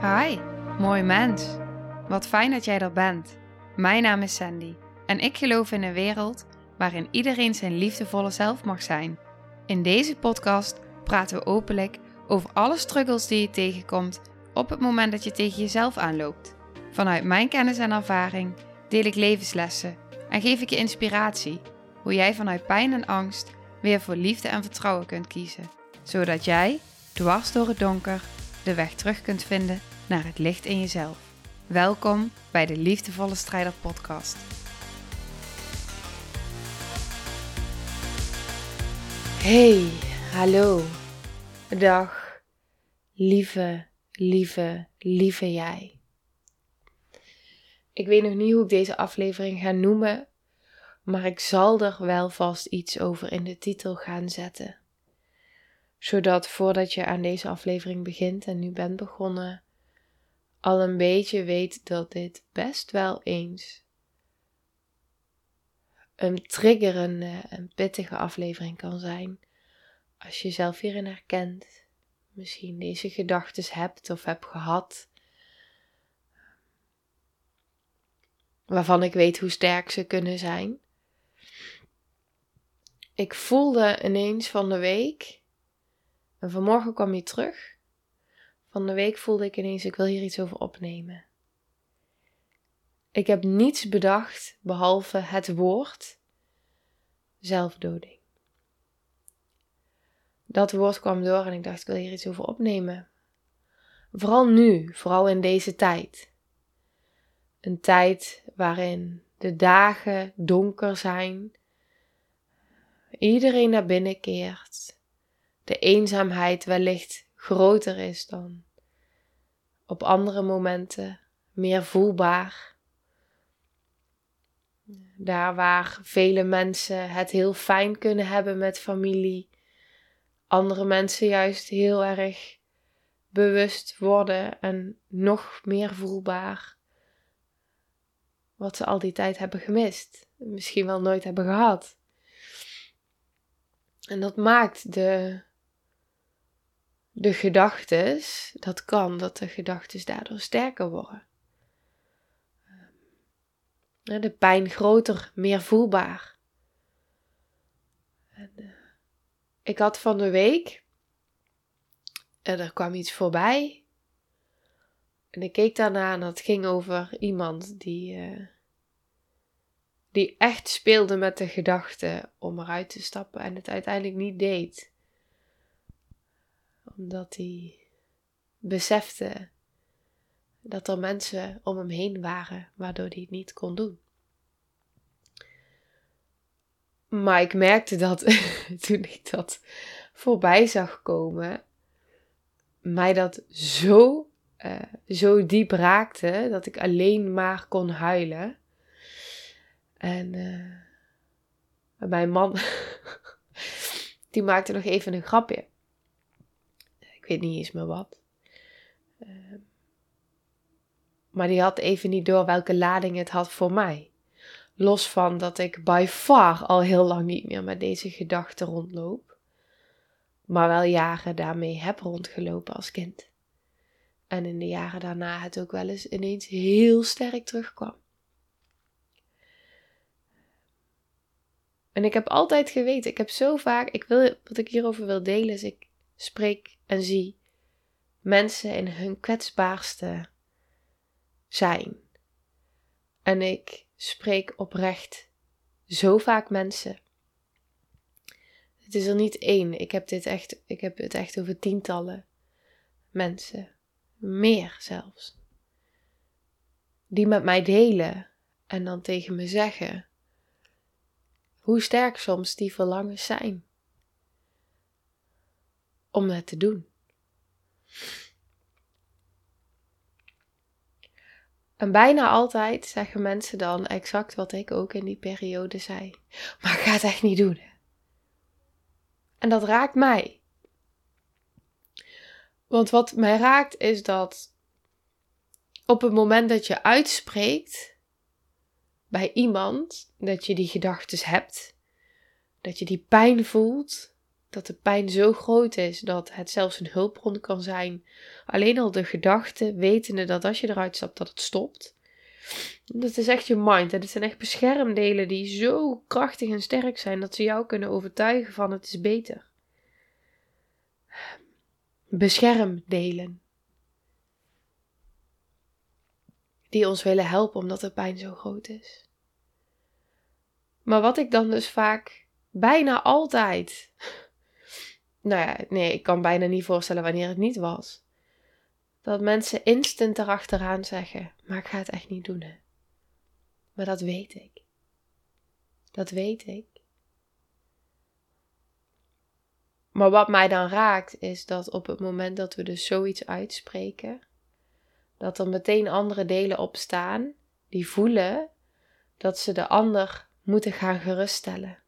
Hi, mooi mens. Wat fijn dat jij er bent. Mijn naam is Sandy en ik geloof in een wereld waarin iedereen zijn liefdevolle zelf mag zijn. In deze podcast praten we openlijk over alle struggles die je tegenkomt op het moment dat je tegen jezelf aanloopt. Vanuit mijn kennis en ervaring deel ik levenslessen en geef ik je inspiratie hoe jij vanuit pijn en angst weer voor liefde en vertrouwen kunt kiezen. Zodat jij, dwars door het donker, de weg terug kunt vinden naar het licht in jezelf. Welkom bij de Liefdevolle Strijder podcast. Hey, hallo. Dag, lieve jij. Ik weet nog niet hoe ik deze aflevering ga noemen, maar ik zal er wel vast iets over in de titel gaan zetten. Zodat voordat je aan deze aflevering begint en nu bent begonnen, al een beetje weet dat dit best wel eens een triggerende en pittige aflevering kan zijn. Als je jezelf hierin herkent, misschien deze gedachten hebt of hebt gehad, waarvan ik weet hoe sterk ze kunnen zijn. Ik voelde ineens van de week, en vanmorgen kwam hij terug, van de week voelde ik ineens, ik wil hier iets over opnemen. Ik heb niets bedacht behalve het woord zelfdoding. Dat woord kwam door en ik dacht, ik wil hier iets over opnemen. Vooral nu, vooral in deze tijd. Een tijd waarin de dagen donker zijn. Iedereen naar binnen keert. De eenzaamheid wellicht groter is dan op andere momenten. Meer voelbaar. Daar waar vele mensen het heel fijn kunnen hebben met familie. Andere mensen juist heel erg bewust worden en nog meer voelbaar wat ze al die tijd hebben gemist. Misschien wel nooit hebben gehad. En dat maakt de gedachtes, dat de gedachtes daardoor sterker worden. De pijn groter, meer voelbaar. En, ik had van de week, er kwam iets voorbij. En ik keek daarna en dat ging over iemand die echt speelde met de gedachte om eruit te stappen en het uiteindelijk niet deed. Omdat hij besefte dat er mensen om hem heen waren waardoor hij het niet kon doen. Maar ik merkte dat toen ik dat voorbij zag komen, mij dat zo diep raakte dat ik alleen maar kon huilen. En mijn man, die maakte nog even een grapje. Ik weet niet eens meer wat. Maar die had even niet door welke lading het had voor mij. Los van dat ik by far al heel lang niet meer met deze gedachten rondloop. Maar wel jaren daarmee heb rondgelopen als kind. En in de jaren daarna het ook wel eens ineens heel sterk terugkwam. En ik heb altijd geweten, ik heb zo vaak, wat ik hierover wil delen is, ik spreek en zie mensen in hun kwetsbaarste zijn. En ik spreek oprecht zo vaak mensen. Het is er niet één, ik heb het echt over tientallen mensen. Meer zelfs. Die met mij delen en dan tegen me zeggen hoe sterk soms die verlangens zijn om het te doen. En bijna altijd zeggen mensen dan exact wat ik ook in die periode zei. Maar ik ga het echt niet doen. Hè? En dat raakt mij. Want wat mij raakt is dat op het moment dat je uitspreekt bij iemand, dat je die gedachtes hebt, dat je die pijn voelt, Dat de pijn zo groot is dat het zelfs een hulpbron kan zijn. Alleen al de gedachte, wetende dat als je eruit stapt dat het stopt. Dat is echt je mind. En het zijn echt beschermdelen die zo krachtig en sterk zijn dat ze jou kunnen overtuigen van het is beter. Beschermdelen. Die ons willen helpen omdat de pijn zo groot is. Maar wat ik dan dus vaak, bijna altijd... Nou ja, nee, ik kan bijna niet voorstellen wanneer het niet was. Dat mensen instant erachteraan zeggen, maar ik ga het echt niet doen, hè. Maar dat weet ik. Dat weet ik. Maar wat mij dan raakt, is dat op het moment dat we dus zoiets uitspreken, dat er meteen andere delen opstaan, die voelen dat ze de ander moeten gaan geruststellen.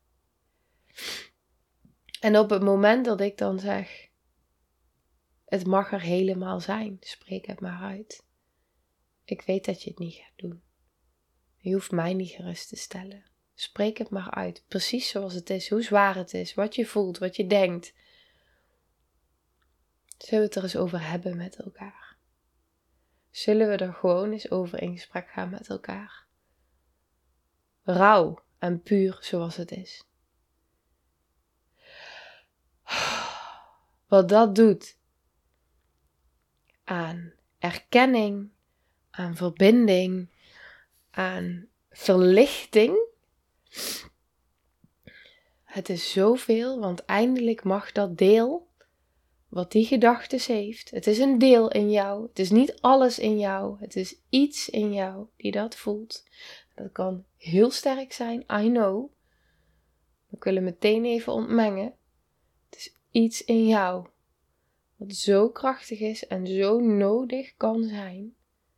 En op het moment dat ik dan zeg, het mag er helemaal zijn, spreek het maar uit. Ik weet dat je het niet gaat doen. Je hoeft mij niet gerust te stellen. Spreek het maar uit, precies zoals het is, hoe zwaar het is, wat je voelt, wat je denkt. Zullen we het er eens over hebben met elkaar? Zullen we er gewoon eens over in gesprek gaan met elkaar? Rauw en puur zoals het is. Wat dat doet aan erkenning, aan verbinding, aan verlichting. Het is zoveel, want eindelijk mag dat deel, wat die gedachtes heeft, het is een deel in jou, het is niet alles in jou, het is iets in jou die dat voelt. Dat kan heel sterk zijn, I know. We kunnen meteen even ontmengen. Het is iets in jou, wat zo krachtig is en zo nodig kan zijn.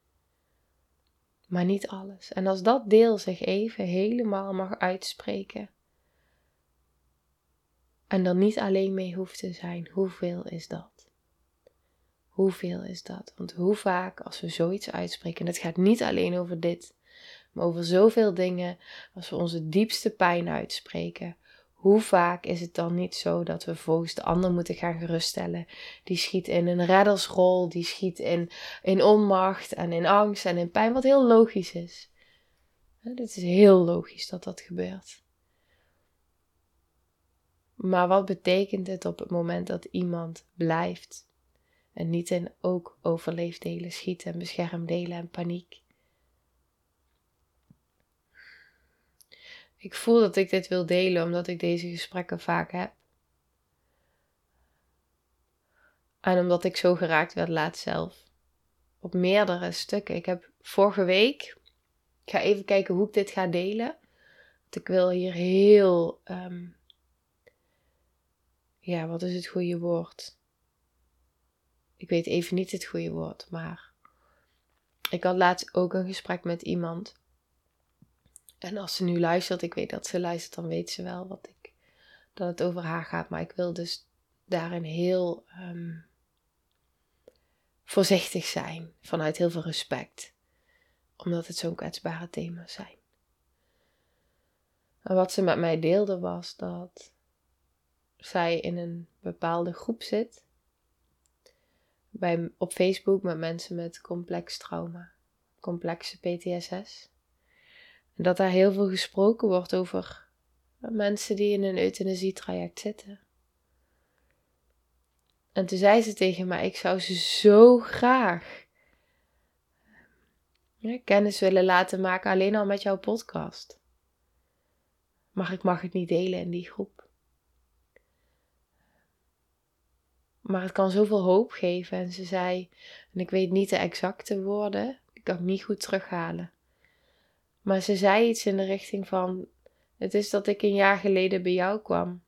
Maar niet alles. En als dat deel zich even helemaal mag uitspreken. En er niet alleen mee hoeft te zijn. Hoeveel is dat? Hoeveel is dat? Want hoe vaak als we zoiets uitspreken. En het gaat niet alleen over dit. Maar over zoveel dingen. Als we onze diepste pijn uitspreken. Hoe vaak is het dan niet zo dat we volgens de ander moeten gaan geruststellen. Die schiet in een reddersrol. Die schiet in onmacht en in angst en in pijn. Wat heel logisch is. Het is heel logisch dat dat gebeurt. Maar wat betekent het op het moment dat iemand blijft en niet in ook overleefdelen schiet en beschermdelen en paniek? Ik voel dat ik dit wil delen omdat ik deze gesprekken vaak heb. En omdat ik zo geraakt werd laatst zelf. Op meerdere stukken. Ik heb vorige week, ik ga even kijken hoe ik dit ga delen. Want ik wil hier heel, wat is het goede woord? Ik weet even niet het goede woord, maar ik had laatst ook een gesprek met iemand. En als ze nu luistert, ik weet dat ze luistert, dan weet ze wel dat het over haar gaat. Maar ik wil dus daarin heel voorzichtig zijn, vanuit heel veel respect. Omdat het zo'n kwetsbare thema's zijn. En wat ze met mij deelde was dat zij in een bepaalde groep zit. Op Facebook met mensen met complex trauma. Complexe PTSS. En dat daar heel veel gesproken wordt over mensen die in een euthanasietraject zitten. En toen zei ze tegen mij, ik zou ze zo graag kennis willen laten maken alleen al met jouw podcast. Maar ik mag het niet delen in die groep. Maar het kan zoveel hoop geven. En ze zei, en ik weet niet de exacte woorden, die kan ik niet goed terughalen. Maar ze zei iets in de richting van, het is dat ik een jaar geleden bij jou kwam.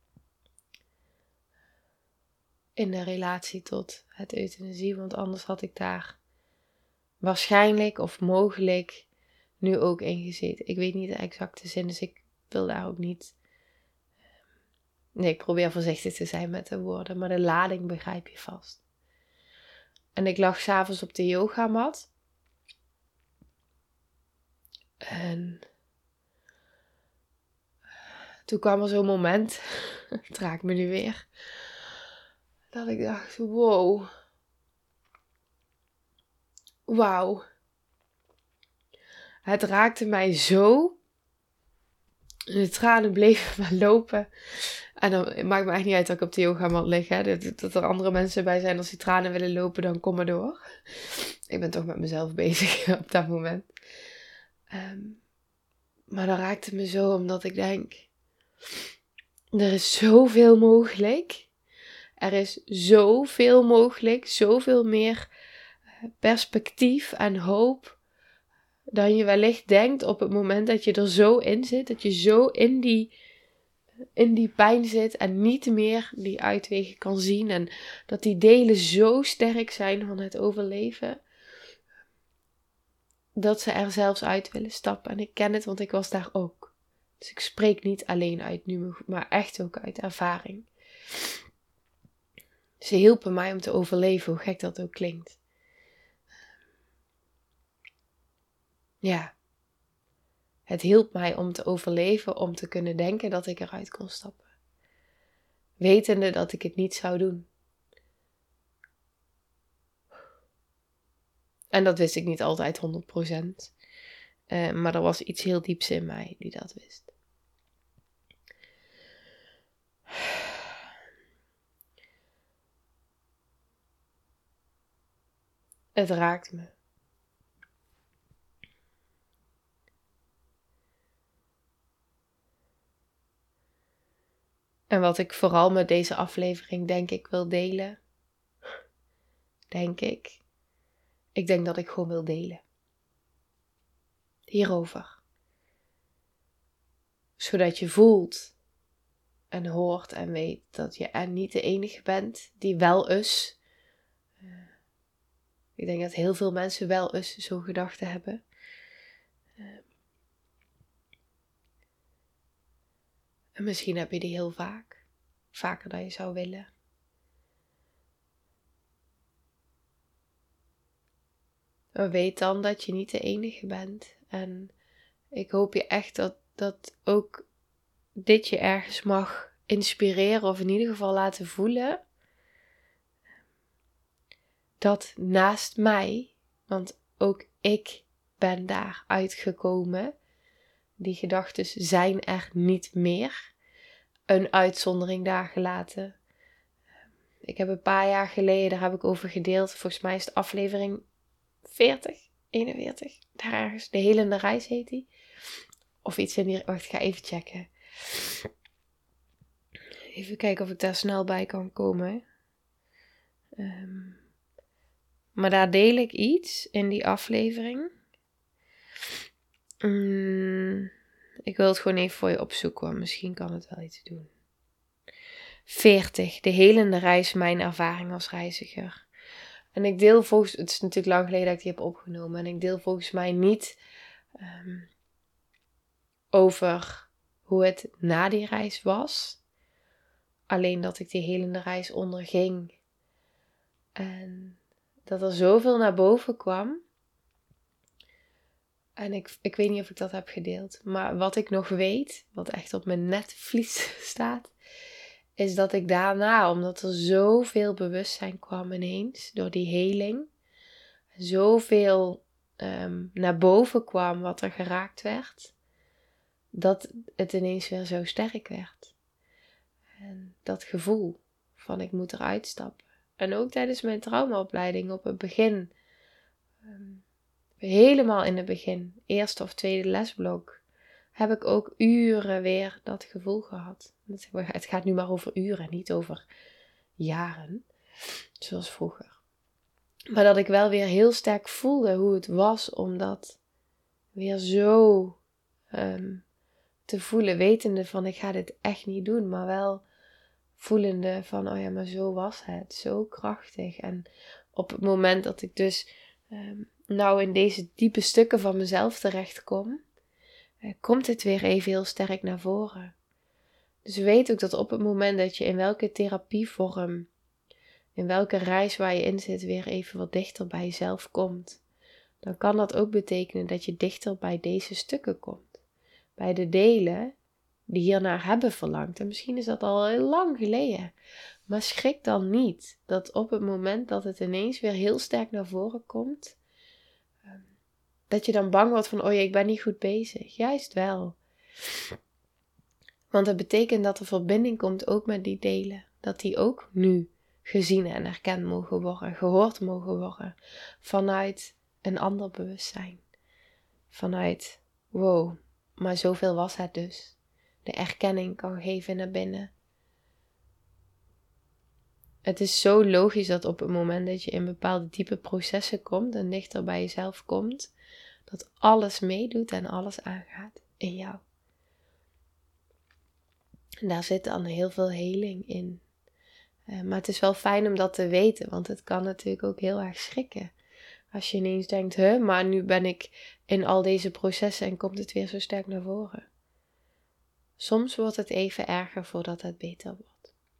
In de relatie tot het euthanasie, want anders had ik daar waarschijnlijk of mogelijk nu ook in gezeten. Ik weet niet de exacte zin, dus ik wil daar ook niet... Nee, ik probeer voorzichtig te zijn met de woorden, maar de lading begrijp je vast. En ik lag 's avonds op de yogamat. En Toen kwam er zo'n moment, het raakt me nu weer, dat ik dacht, wauw. Het raakte mij zo. De tranen bleven maar lopen. En dan het maakt me echt niet uit dat ik op de yogamat lig. Hè. Dat er andere mensen bij zijn. Als die tranen willen lopen, dan kom maar door. Ik ben toch met mezelf bezig op dat moment. Maar dat raakte me zo omdat ik denk, er is zoveel mogelijk. Er is zoveel mogelijk. Zoveel meer perspectief en hoop dan je wellicht denkt op het moment dat je er zo in zit. Dat je zo in die pijn zit en niet meer die uitwegen kan zien. En dat die delen zo sterk zijn van het overleven. Dat ze er zelfs uit willen stappen. En ik ken het, want ik was daar ook. Dus ik spreek niet alleen uit nu, maar echt ook uit ervaring. Ze hielpen mij om te overleven, hoe gek dat ook klinkt. Ja. Het hielp mij om te overleven, om te kunnen denken dat ik eruit kon stappen. Wetende dat ik het niet zou doen. En dat wist ik niet altijd 100%. Maar er was iets heel dieps in mij die dat wist. Het raakt me. En wat ik vooral met deze aflevering denk ik wil delen. Ik denk dat ik gewoon wil delen. Hierover. Zodat je voelt en hoort en weet dat je er niet de enige bent die wel eens. Ik denk dat heel veel mensen wel eens zo'n gedachte hebben. En misschien heb je die heel vaak. Vaker dan je zou willen. Maar weet dan dat je niet de enige bent. En ik hoop je echt dat ook dit je ergens mag inspireren. Of in ieder geval laten voelen. Dat naast mij, want ook ik ben daar uitgekomen. Die gedachten zijn er niet meer. Een uitzondering daar gelaten. Ik heb een paar jaar geleden, daar heb ik over gedeeld. Volgens mij is het aflevering 40, 41. Daar ergens. De helende reis heet die. Of iets in die. Wacht, ik ga even checken. Even kijken of ik daar snel bij kan komen. Maar daar deel ik iets in die aflevering. Ik wil het gewoon even voor je opzoeken, want misschien kan het wel iets doen. 40. De helende reis, mijn ervaring als reiziger. En ik deel het is natuurlijk lang geleden dat ik die heb opgenomen. En ik deel volgens mij niet over hoe het na die reis was. Alleen dat ik die helende reis onderging. En dat er zoveel naar boven kwam. En ik weet niet of ik dat heb gedeeld. Maar wat ik nog weet, wat echt op mijn netvlies staat, is dat ik daarna, omdat er zoveel bewustzijn kwam ineens door die heling, zoveel naar boven kwam wat er geraakt werd, dat het ineens weer zo sterk werd. En dat gevoel van ik moet eruit stappen. En ook tijdens mijn traumaopleiding op het begin, helemaal in het begin, eerste of tweede lesblok, heb ik ook uren weer dat gevoel gehad. Het gaat nu maar over uren, niet over jaren, zoals vroeger. Maar dat ik wel weer heel sterk voelde hoe het was om dat weer zo te voelen, wetende van ik ga dit echt niet doen, maar wel voelende van oh ja, maar zo was het, zo krachtig. En op het moment dat ik dus nou in deze diepe stukken van mezelf terechtkom, komt het weer even heel sterk naar voren. Dus weet ook dat op het moment dat je in welke therapievorm, in welke reis waar je in zit, weer even wat dichter bij jezelf komt, dan kan dat ook betekenen dat je dichter bij deze stukken komt. Bij de delen die hiernaar hebben verlangd. En misschien is dat al heel lang geleden. Maar schrik dan niet dat op het moment dat het ineens weer heel sterk naar voren komt, dat je dan bang wordt van, oh ja, ik ben niet goed bezig. Juist wel. Want het betekent dat er verbinding komt ook met die delen. Dat die ook nu gezien en erkend mogen worden, gehoord mogen worden. Vanuit een ander bewustzijn. Vanuit, wow, maar zoveel was het dus. De erkenning kan geven naar binnen. Het is zo logisch dat op het moment dat je in bepaalde diepe processen komt en dichter bij jezelf komt, dat alles meedoet en alles aangaat in jou. En daar zit dan heel veel heling in. Maar het is wel fijn om dat te weten, want het kan natuurlijk ook heel erg schrikken. Als je ineens denkt, maar nu ben ik in al deze processen en komt het weer zo sterk naar voren. Soms wordt het even erger voordat het beter wordt.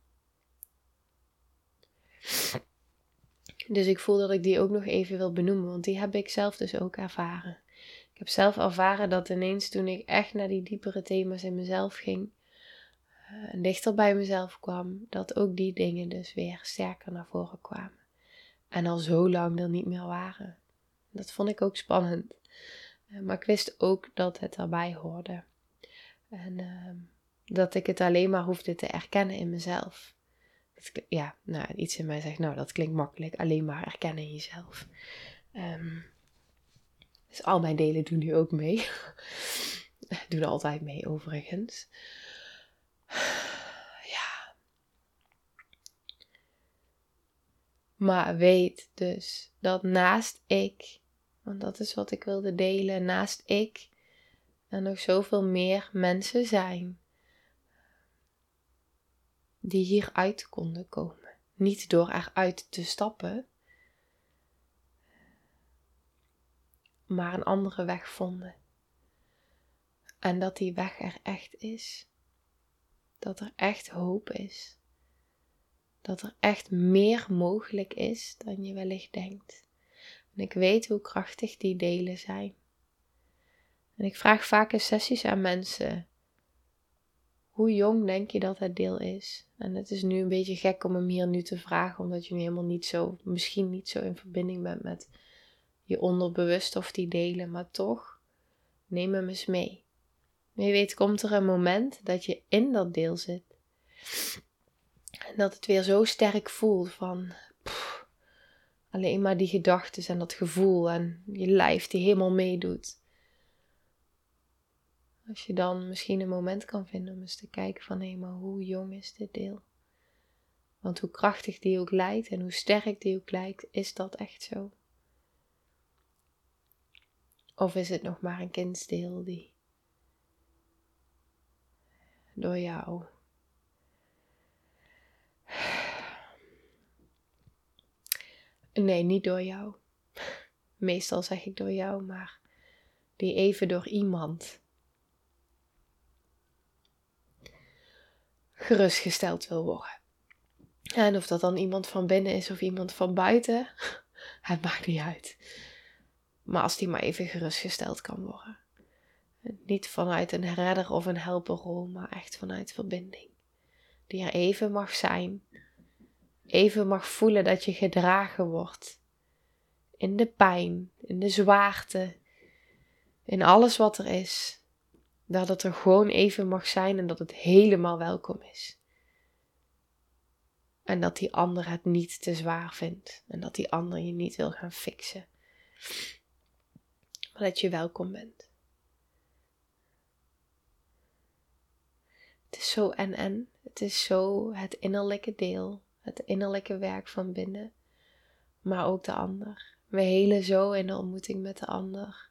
Dus ik voel dat ik die ook nog even wil benoemen, want die heb ik zelf dus ook ervaren. Ik heb zelf ervaren dat ineens toen ik echt naar die diepere thema's in mezelf ging, en dichter bij mezelf kwam, dat ook die dingen dus weer sterker naar voren kwamen. En al zo lang er niet meer waren. Dat vond ik ook spannend. Maar ik wist ook dat het erbij hoorde. En dat ik het alleen maar hoefde te erkennen in mezelf. Iets in mij zegt, dat klinkt makkelijk. Alleen maar erkennen in jezelf. Dus al mijn delen doen nu ook mee. Doen altijd mee overigens. Ja. Maar weet dus dat naast ik, want dat is wat ik wilde delen, naast ik er nog zoveel meer mensen zijn die hieruit konden komen. Niet door eruit te stappen, maar een andere weg vonden. En dat die weg er echt is. Dat er echt hoop is. Dat er echt meer mogelijk is dan je wellicht denkt. En ik weet hoe krachtig die delen zijn. En ik vraag vaak in sessies aan mensen, hoe jong denk je dat het deel is? En het is nu een beetje gek om hem hier nu te vragen, omdat je nu helemaal misschien niet zo in verbinding bent met je onderbewust of die delen, maar toch, neem hem eens mee. Wie weet komt er een moment dat je in dat deel zit. En dat het weer zo sterk voelt van, alleen maar die gedachten en dat gevoel en je lijf die helemaal meedoet. Als je dan misschien een moment kan vinden om eens te kijken van, maar hoe jong is dit deel? Want hoe krachtig die ook lijkt en hoe sterk die ook lijkt, is dat echt zo? Of is het nog maar een kindsdeel die door jou nee, niet door jou. Meestal zeg ik door jou, maar die even door iemand gerustgesteld wil worden. En of dat dan iemand van binnen is of iemand van buiten, het maakt niet uit. Maar als die maar even gerustgesteld kan worden. Niet vanuit een redder of een helperrol, maar echt vanuit verbinding. Die er even mag zijn. Even mag voelen dat je gedragen wordt. In de pijn, in de zwaarte, in alles wat er is. Dat het er gewoon even mag zijn en dat het helemaal welkom is. En dat die ander het niet te zwaar vindt. En dat die ander je niet wil gaan fixen. Maar dat je welkom bent. Het is zo en. Het is zo het innerlijke deel. Het innerlijke werk van binnen. Maar ook de ander. We helen zo in de ontmoeting met de ander.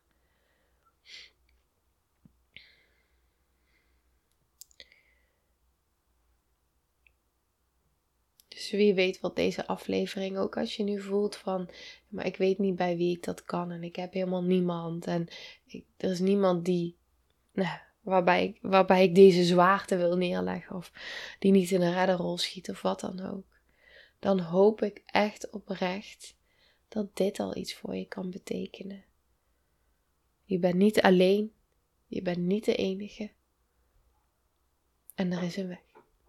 Dus wie weet wat deze aflevering, ook als je nu voelt van, maar ik weet niet bij wie ik dat kan en ik heb helemaal niemand en er is niemand die, waarbij ik deze zwaarte wil neerleggen of die niet in een redderrol schiet of wat dan ook. Dan hoop ik echt oprecht dat dit al iets voor je kan betekenen. Je bent niet alleen, je bent niet de enige. En er is een weg.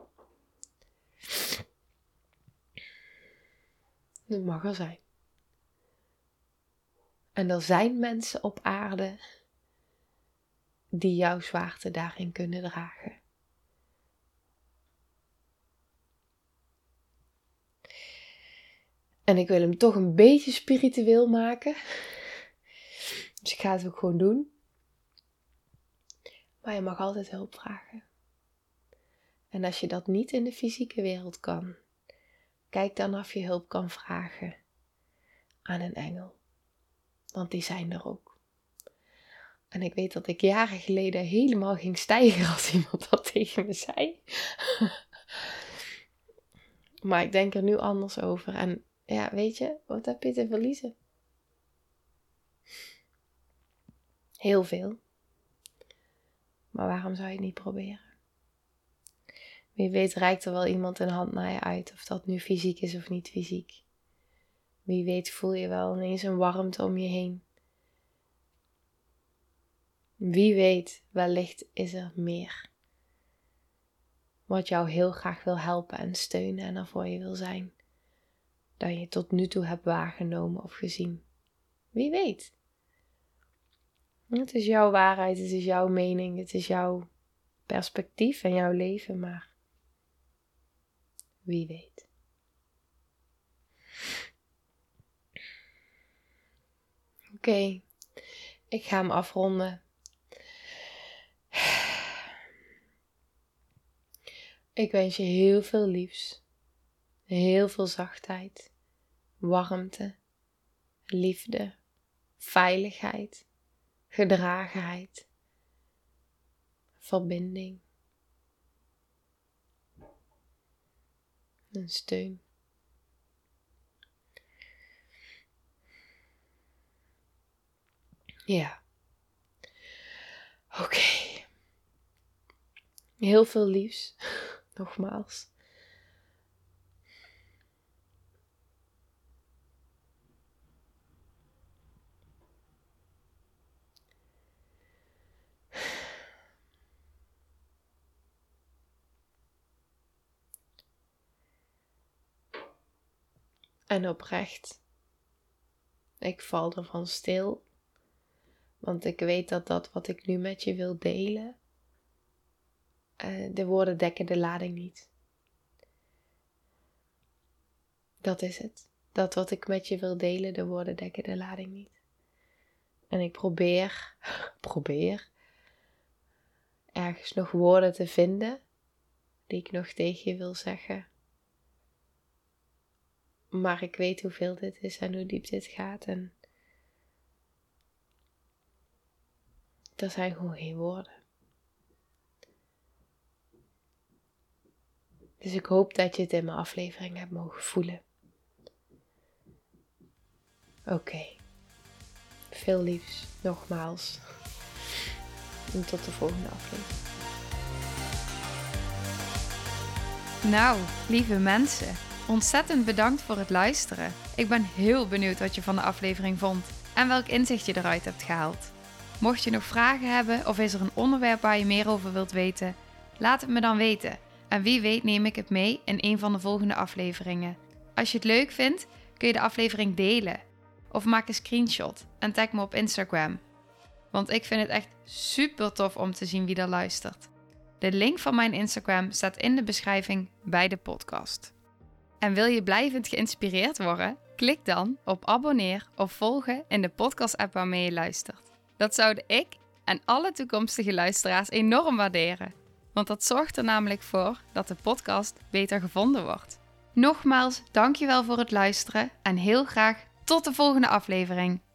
Het mag er zijn. En er zijn mensen op aarde die jouw zwaarte daarin kunnen dragen. En ik wil hem toch een beetje spiritueel maken. Dus ik ga het ook gewoon doen. Maar je mag altijd hulp vragen. En als je dat niet in de fysieke wereld kan, kijk dan of je hulp kan vragen aan een engel. Want die zijn er ook. En ik weet dat ik jaren geleden helemaal ging stijgen als iemand dat tegen me zei. Maar ik denk er nu anders over. En ja, weet je, wat heb je te verliezen? Heel veel. Maar waarom zou je het niet proberen? Wie weet reikt er wel iemand een hand naar je uit. Of dat nu fysiek is of niet fysiek. Wie weet voel je wel ineens een warmte om je heen. Wie weet, wellicht is er meer. Wat jou heel graag wil helpen en steunen en er voor je wil zijn. Dan je tot nu toe hebt waargenomen of gezien. Wie weet. Het is jouw waarheid, het is jouw mening, het is jouw perspectief en jouw leven, maar wie weet. Oké, ik ga hem afronden. Ik wens je heel veel liefs, heel veel zachtheid, warmte, liefde, veiligheid, gedragenheid, verbinding en steun. Ja. Oké. Heel veel liefs. Nogmaals. En oprecht. Ik val ervan stil. Want ik weet dat dat wat ik nu met je wil delen, de woorden dekken de lading niet. Dat is het. Dat wat ik met je wil delen, de woorden dekken de lading niet. En ik probeer ergens nog woorden te vinden die ik nog tegen je wil zeggen. Maar ik weet hoeveel dit is en hoe diep dit gaat. En er zijn gewoon geen woorden. Dus ik hoop dat je het in mijn aflevering hebt mogen voelen. Oké. Veel liefs, nogmaals. En tot de volgende aflevering. Nou, lieve mensen, ontzettend bedankt voor het luisteren. Ik ben heel benieuwd wat je van de aflevering vond en welk inzicht je eruit hebt gehaald. Mocht je nog vragen hebben of is er een onderwerp waar je meer over wilt weten, laat het me dan weten. En wie weet neem ik het mee in een van de volgende afleveringen. Als je het leuk vindt, kun je de aflevering delen. Of maak een screenshot en tag me op Instagram. Want ik vind het echt super tof om te zien wie er luistert. De link van mijn Instagram staat in de beschrijving bij de podcast. En wil je blijvend geïnspireerd worden? Klik dan op abonneer of volgen in de podcast-app waarmee je luistert. Dat zouden ik en alle toekomstige luisteraars enorm waarderen. Want dat zorgt er namelijk voor dat de podcast beter gevonden wordt. Nogmaals, dankjewel voor het luisteren en heel graag tot de volgende aflevering.